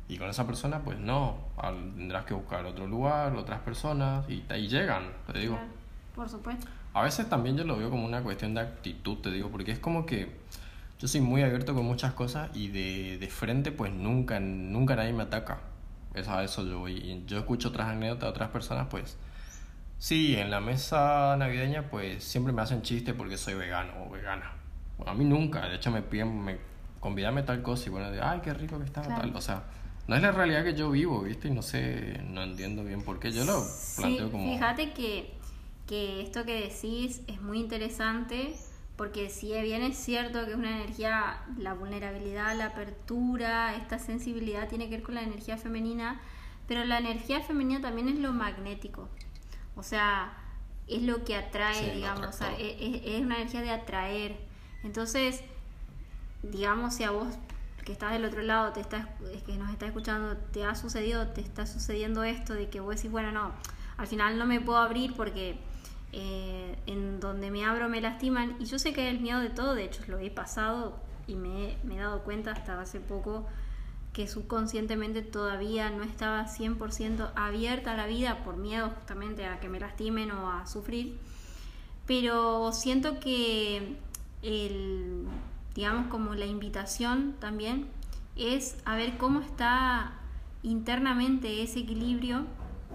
Y con esa persona, pues no, tendrás que buscar otro lugar, otras personas, y ahí llegan, te digo. Claro, por supuesto. A veces también yo lo veo como una cuestión de actitud, te digo, porque es como que yo soy muy abierto con muchas cosas y de frente pues nunca nadie me ataca. A eso yo voy. Y yo escucho otras anécdotas de otras personas, pues sí, en la mesa navideña pues siempre me hacen chiste porque soy vegano o vegana. Bueno, a mí nunca, de hecho me piden, convídame tal cosa y bueno, ay, qué rico que está, Claro. tal. O sea, no es la realidad que yo vivo, ¿viste? Y no sé, no entiendo bien por qué. Yo lo planteo Sí, como... fíjate que esto que decís es muy interesante porque si bien es cierto que es una energía, la vulnerabilidad, la apertura, esta sensibilidad tiene que ver con la energía femenina, pero la energía femenina también es lo magnético, o sea, es lo que atrae, Sí, lo digamos, o sea, atractor. es una energía de atraer. Entonces, digamos, si a vos que estás del otro lado, que nos está escuchando, te está sucediendo esto de que vos decís, bueno, no, al final no me puedo abrir porque en donde me abro me lastiman, y yo sé que es el miedo de todo, de hecho lo he pasado y me he dado cuenta hasta hace poco que subconscientemente todavía no estaba 100% abierta a la vida por miedo justamente a que me lastimen o a sufrir, pero siento que digamos como la invitación también es a ver cómo está internamente ese equilibrio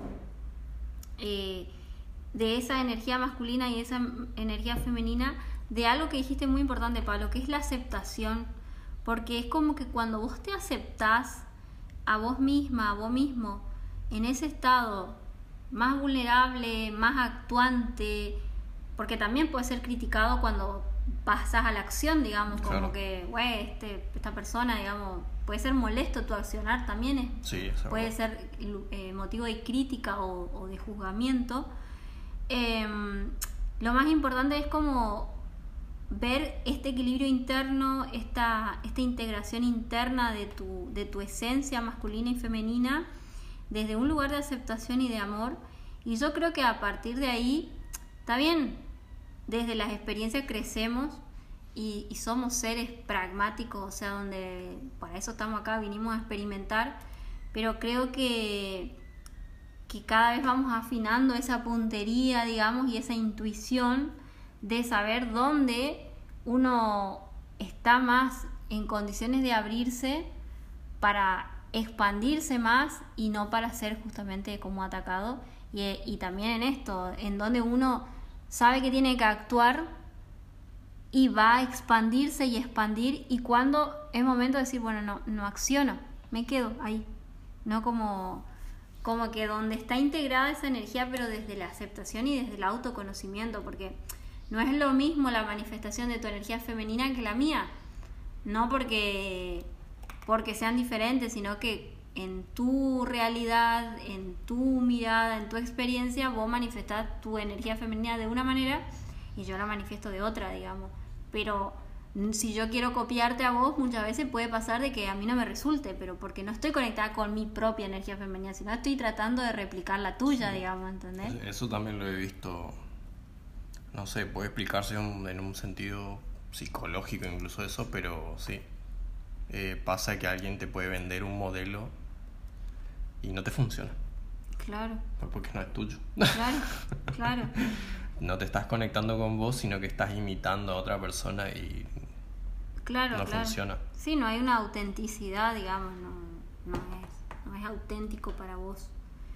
de esa energía masculina y esa energía femenina, de algo que dijiste muy importante, Pablo, que es la aceptación, porque es como que cuando vos te aceptás a vos misma, a vos mismo, en ese estado más vulnerable, más actuante, porque también puede ser criticado cuando pasas a la acción, digamos, como Claro. que, güey, esta persona, digamos, puede ser molesto tu accionar también, Sí, eso es puede verdad. ser motivo de crítica o de juzgamiento. Lo más importante es como ver este equilibrio interno, esta integración interna de tu esencia masculina y femenina desde un lugar de aceptación y de amor. Y yo creo que a partir de ahí, está bien, desde las experiencias crecemos y somos seres pragmáticos, o sea, donde para eso estamos acá, vinimos a experimentar, pero creo que cada vez vamos afinando esa puntería, digamos, y esa intuición de saber dónde uno está más en condiciones de abrirse para expandirse más y no para ser justamente como atacado. Y también en esto, en donde uno sabe que tiene que actuar y va a expandirse y expandir, y cuando es momento de decir, bueno, no acciono, me quedo ahí, no como que donde está integrada esa energía, pero desde la aceptación y desde el autoconocimiento, porque no es lo mismo la manifestación de tu energía femenina que la mía, no porque sean diferentes, sino que en tu realidad, en tu mirada, en tu experiencia, vos manifestás tu energía femenina de una manera y yo la manifiesto de otra, digamos. Pero si yo quiero copiarte a vos, muchas veces puede pasar de que a mí no me resulte, pero porque no estoy conectada con mi propia energía femenina, sino estoy tratando de replicar la tuya, digamos, ¿entendés? Eso también lo he visto, no sé, puede explicarse en un sentido psicológico incluso eso, pero sí. Pasa que alguien te puede vender un modelo y no te funciona, Claro, porque no es tuyo. claro, claro. No te estás conectando con vos, sino que estás imitando a otra persona y Claro, no claro. funciona. Sí, no hay una autenticidad, digamos, no es auténtico para vos.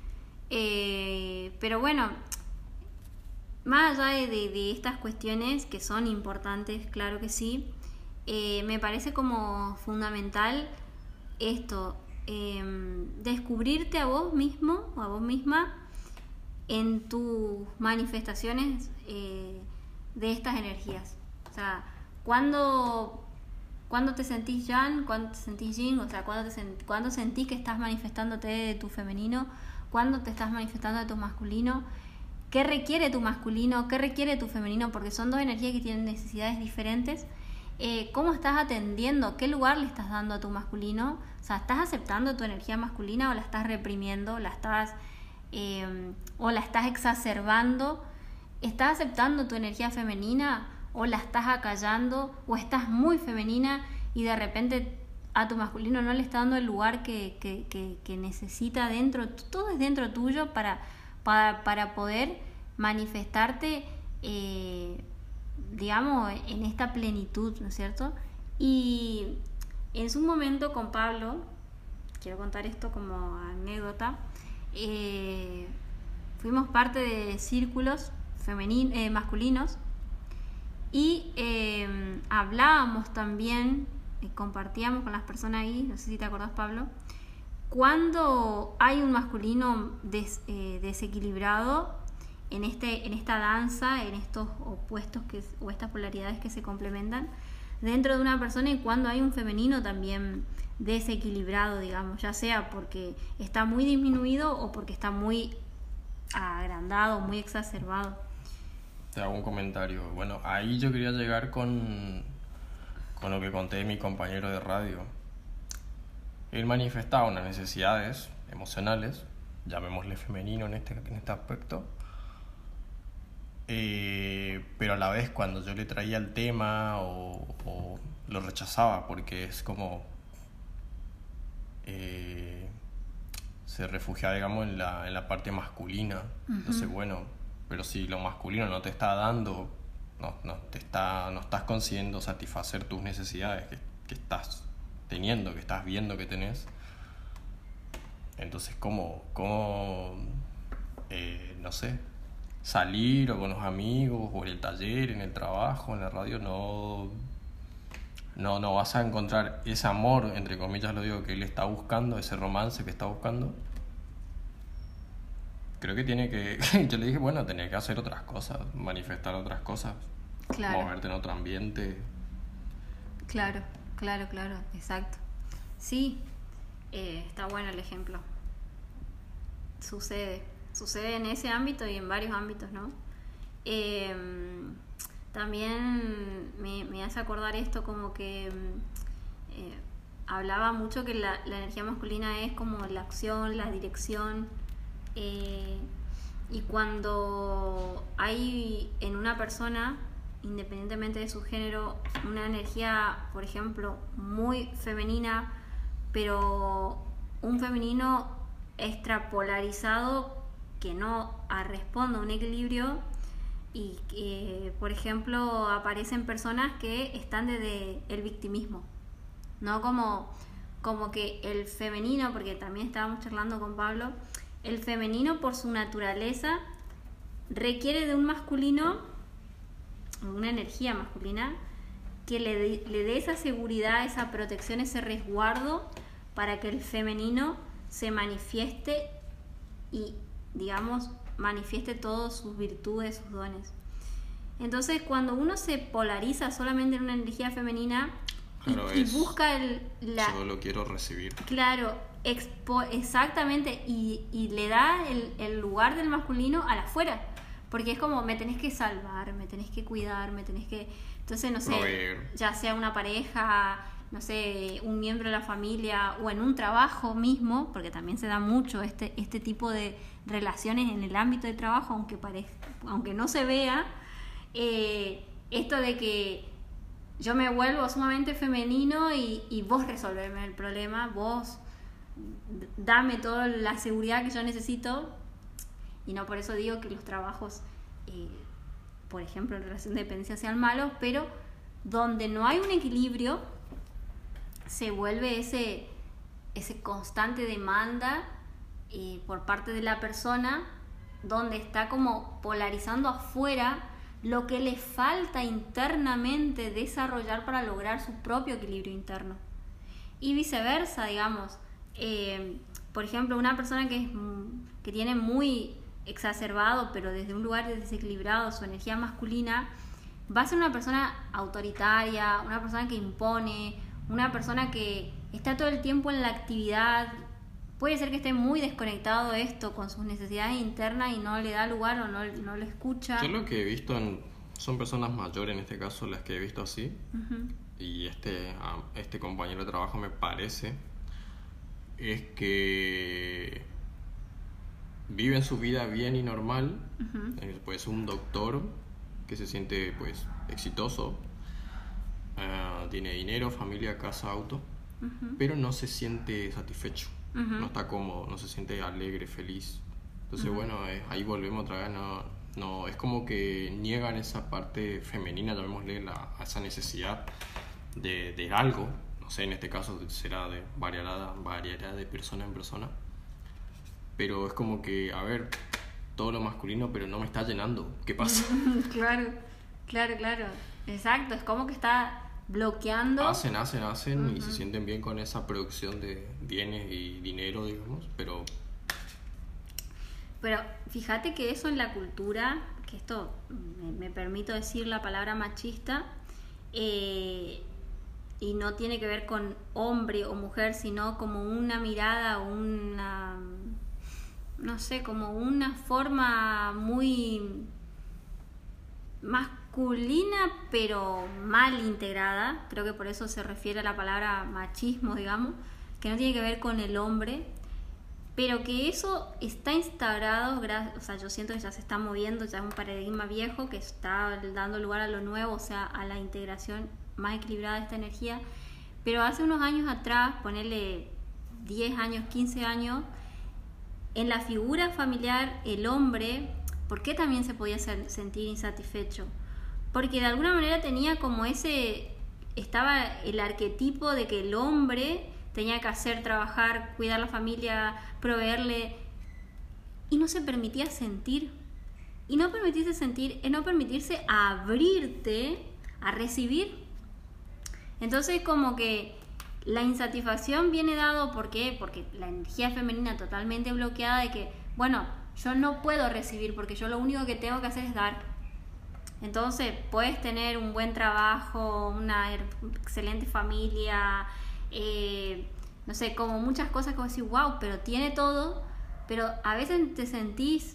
Pero bueno, más allá de estas cuestiones que son importantes, claro que sí, me parece como fundamental esto, descubrirte a vos mismo o a vos misma en tus manifestaciones de estas energías. O sea, cuando te sentís yang, cuando te sentís yin, o sea, cuando sentís que estás manifestándote de tu femenino, cuando te estás manifestando de tu masculino, qué requiere tu masculino, qué requiere tu femenino, porque son dos energías que tienen necesidades diferentes. ¿Cómo estás atendiendo? ¿Qué lugar le estás dando a tu masculino? O sea, ¿estás aceptando tu energía masculina o la estás reprimiendo? ¿O la estás exacerbando? ¿Estás aceptando tu energía femenina o la estás acallando? ¿O estás muy femenina y de repente a tu masculino no le está dando el lugar que necesita dentro, todo es dentro tuyo para poder manifestarte, digamos, en esta plenitud, ¿no es cierto? Y en su momento con Pablo, quiero contar esto como anécdota, fuimos parte de círculos masculinos y hablábamos también, compartíamos con las personas ahí, no sé si te acordás, Pablo, cuando hay un masculino desequilibrado en esta danza, en estos opuestos o estas polaridades que se complementan dentro de una persona, y cuando hay un femenino también desequilibrado, digamos, ya sea porque está muy disminuido o porque está muy agrandado, muy exacerbado. Te hago un comentario. Bueno, ahí yo quería llegar con lo que conté de mi compañero de radio. Él manifestaba unas necesidades emocionales, llamémosle femenino en este aspecto, pero a la vez cuando yo le traía el tema o lo rechazaba, porque es como se refugiaba, digamos, en la parte masculina. Uh-huh. Entonces, bueno, pero si lo masculino no te está dando, no estás consiguiendo satisfacer tus necesidades que estás teniendo, que estás viendo que tenés, entonces ¿cómo no sé, salir o con los amigos o en el taller, en el trabajo, en la radio, no vas a encontrar ese amor, entre comillas lo digo, que él está buscando, ese romance que está buscando? Creo que yo le dije, bueno, tenés que hacer otras cosas, manifestar otras cosas, claro, moverte en otro ambiente. Claro, exacto. Sí, está bueno el ejemplo. Sucede en ese ámbito y en varios ámbitos, ¿no? También me hace acordar esto como que hablaba mucho que la energía masculina es como la acción, la dirección, y cuando hay en una persona, independientemente de su género, una energía, por ejemplo, muy femenina, pero un femenino extrapolarizado que no responde a un equilibrio, y que, por ejemplo, aparecen personas que están desde el victimismo, no como que el femenino, porque también estábamos charlando con Pablo, el femenino por su naturaleza requiere de un masculino, una energía masculina que le dé esa seguridad, esa protección, ese resguardo para que el femenino se manifieste y, digamos, manifieste todas sus virtudes, sus dones. Entonces, cuando uno se polariza solamente en una energía femenina, claro, y busca solo quiero recibir. Claro, exactamente, y le da el lugar del masculino al afuera, porque es como, me tenés que salvar, me tenés que cuidar, me tenés que... Entonces, no sé, proveer, ya sea una pareja, no sé, un miembro de la familia o en un trabajo mismo, porque también se da mucho este tipo de relaciones en el ámbito de trabajo, aunque no se vea, esto de que yo me vuelvo sumamente femenino y vos resolverme el problema, vos dame toda la seguridad que yo necesito. Y no por eso digo que los trabajos, por ejemplo, en relación de dependencia sean malos, pero donde no hay un equilibrio se vuelve ese constante demanda por parte de la persona, donde está como polarizando afuera lo que le falta internamente desarrollar para lograr su propio equilibrio interno. Y viceversa, digamos, por ejemplo, una persona que tiene muy exacerbado, pero desde un lugar desequilibrado, su energía masculina, va a ser una persona autoritaria, una persona que impone, una persona que está todo el tiempo en la actividad. Puede ser que esté muy desconectado de esto con sus necesidades internas y no le da lugar o no lo escucha. Yo lo que he visto son personas mayores, en este caso, las que he visto así. Uh-huh. Y este compañero de trabajo me parece es que viven su vida bien y normal. Uh-huh. Pues un doctor que se siente pues exitoso, tiene dinero, familia, casa, auto. pero no se siente satisfecho, Ujú. no está cómodo, no se siente alegre, feliz. Entonces, bueno, ahí volvemos otra vez, no, es como que niegan esa parte femenina, llamémosle, a esa necesidad de algo. No sé, en este caso será variará de persona en persona, pero es como que, a ver, todo lo masculino, pero no me está llenando. ¿Qué pasa? Claro, claro, claro. Exacto, es como que está bloqueando. Hacen y se sienten bien con esa producción de bienes y dinero, digamos, pero Pero fíjate que eso en la cultura, que esto me permito decir la palabra machista, y no tiene que ver con hombre o mujer, sino como una mirada o una, no sé, como una forma muy masculina pero mal integrada. Creo que por eso se refiere a la palabra machismo, digamos, que no tiene que ver con el hombre, pero que eso está instaurado, o sea, yo siento que ya se está moviendo, ya es un paradigma viejo que está dando lugar a lo nuevo, o sea, a la integración más equilibrada de esta energía. Pero hace unos años atrás, ponerle 10 años, 15 años, en la figura familiar, el hombre, ¿por qué también se podía sentir insatisfecho? Porque de alguna manera tenía como estaba el arquetipo de que el hombre tenía que hacer, trabajar, cuidar la familia, proveerle, y no se permitía sentir. Y no permitirse sentir es no permitirse abrirte a recibir. Entonces como que la insatisfacción viene dado porque la energía femenina totalmente bloqueada de que, bueno, yo no puedo recibir porque yo lo único que tengo que hacer es dar. Entonces puedes tener un buen trabajo, una excelente familia, no sé, como muchas cosas como decir, wow, pero tiene todo, pero a veces te sentís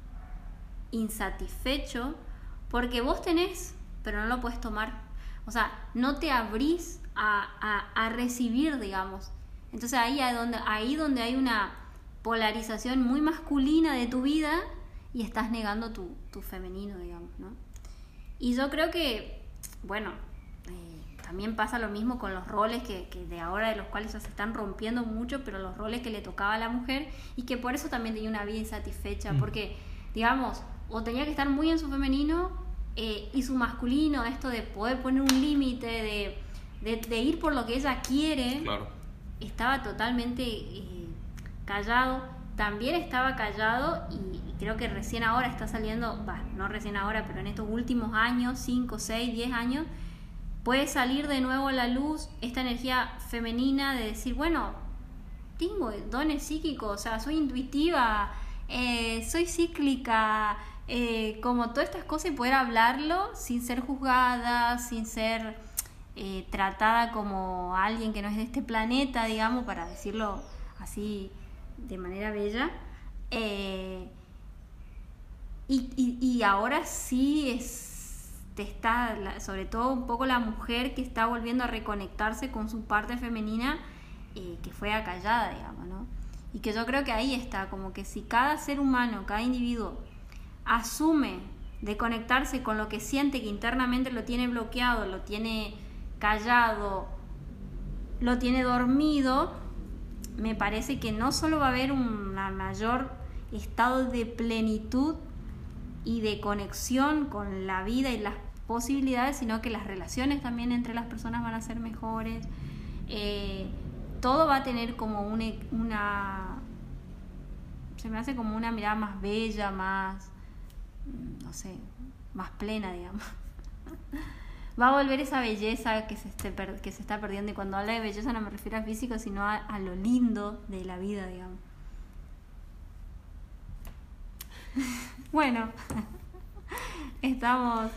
insatisfecho porque vos tenés, pero no lo puedes tomar. O sea, no te abrís a recibir, digamos. Entonces ahí donde hay una polarización muy masculina de tu vida y estás negando tu femenino, digamos, ¿no? Y yo creo que, bueno, también pasa lo mismo con los roles que de ahora, de los cuales ya se están rompiendo mucho, pero los roles que le tocaba a la mujer y que por eso también tenía una vida insatisfecha, porque, digamos, o tenía que estar muy en su femenino y su masculino, esto de poder poner un límite, de ir por lo que ella quiere, claro, estaba totalmente callado. También estaba callado y creo que recién ahora está saliendo, no recién ahora, pero en estos últimos años, 5, 6, 10 años, puede salir de nuevo a la luz esta energía femenina de decir, bueno, tengo dones psíquicos, o sea, soy intuitiva, soy cíclica, como todas estas cosas, y poder hablarlo sin ser juzgada, sin ser tratada como alguien que no es de este planeta, digamos, para decirlo así de manera bella. Y ahora sí sobre todo un poco la mujer que está volviendo a reconectarse con su parte femenina, que fue acallada, digamos, ¿no? Y que yo creo que ahí está, como que si cada ser humano, cada individuo asume de conectarse con lo que siente, que internamente lo tiene bloqueado, lo tiene callado, lo tiene dormido, me parece que no solo va a haber un mayor estado de plenitud y de conexión con la vida y las posibilidades, sino que las relaciones también entre las personas van a ser mejores. Todo va a tener como se me hace como una mirada más bella, más, no sé, más plena, digamos. Va a volver esa belleza que se está perdiendo, y cuando hablo de belleza no me refiero a físico, sino a lo lindo de la vida, digamos. Bueno, estamos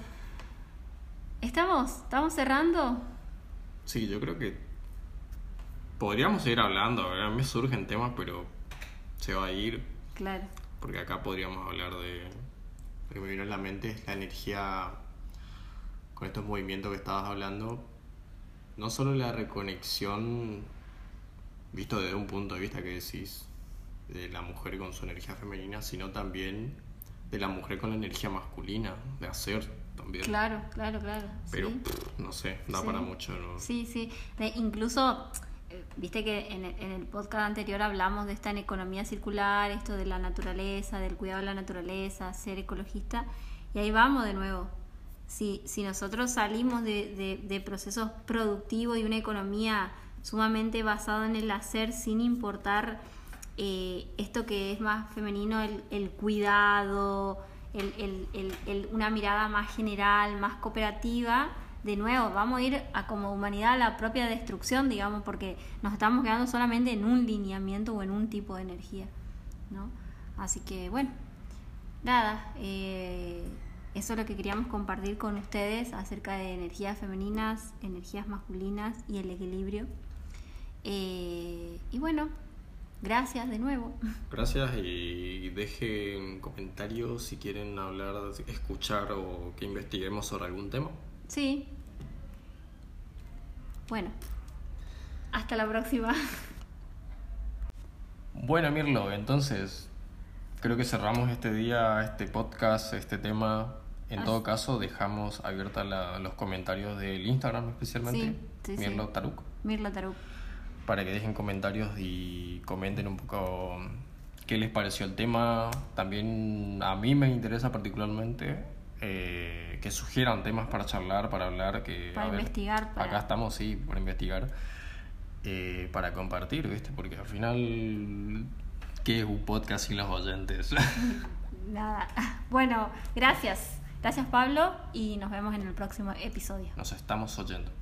cerrando. Sí, yo creo que podríamos seguir hablando. A mí me surgen temas, pero se va a ir. Claro. Porque acá podríamos hablar de lo que me vino a la mente es la energía con estos movimientos que estabas hablando. No solo la reconexión visto desde un punto de vista que decís de la mujer con su energía femenina, sino también de la mujer con la energía masculina, de hacer también. Claro. Pero sí. no sé, da para mucho, ¿no? Sí. Incluso viste que en el podcast anterior hablamos de esta economía circular, esto de la naturaleza, del cuidado de la naturaleza, ser ecologista, y ahí vamos de nuevo. Si nosotros salimos de procesos productivos y una economía sumamente basada en el hacer sin importar esto que es más femenino, el cuidado, una mirada más general, más cooperativa, de nuevo vamos a ir como humanidad a la propia destrucción, digamos, porque nos estamos quedando solamente en un lineamiento o en un tipo de energía, ¿no? Así que bueno, nada, eso es lo que queríamos compartir con ustedes acerca de energías femeninas, energías masculinas y el equilibrio. Y bueno, gracias de nuevo. Gracias, y dejen comentarios si quieren hablar, escuchar o que investiguemos sobre algún tema. Sí. Bueno, hasta la próxima. Bueno, Mirlo, entonces creo que cerramos este día, este podcast, este tema. En todo caso, dejamos abiertas los comentarios del Instagram especialmente, sí, Mirlo Taruk. Mirlo Taruk. Para que dejen comentarios y comenten un poco qué les pareció el tema. También a mí me interesa particularmente que sugieran temas para charlar, para hablar, para investigar. Acá estamos, sí, para investigar, para compartir, ¿viste? Porque al final, ¿qué es un podcast sin los oyentes? Nada. Bueno, gracias. Gracias, Pablo, y nos vemos en el próximo episodio. Nos estamos oyendo.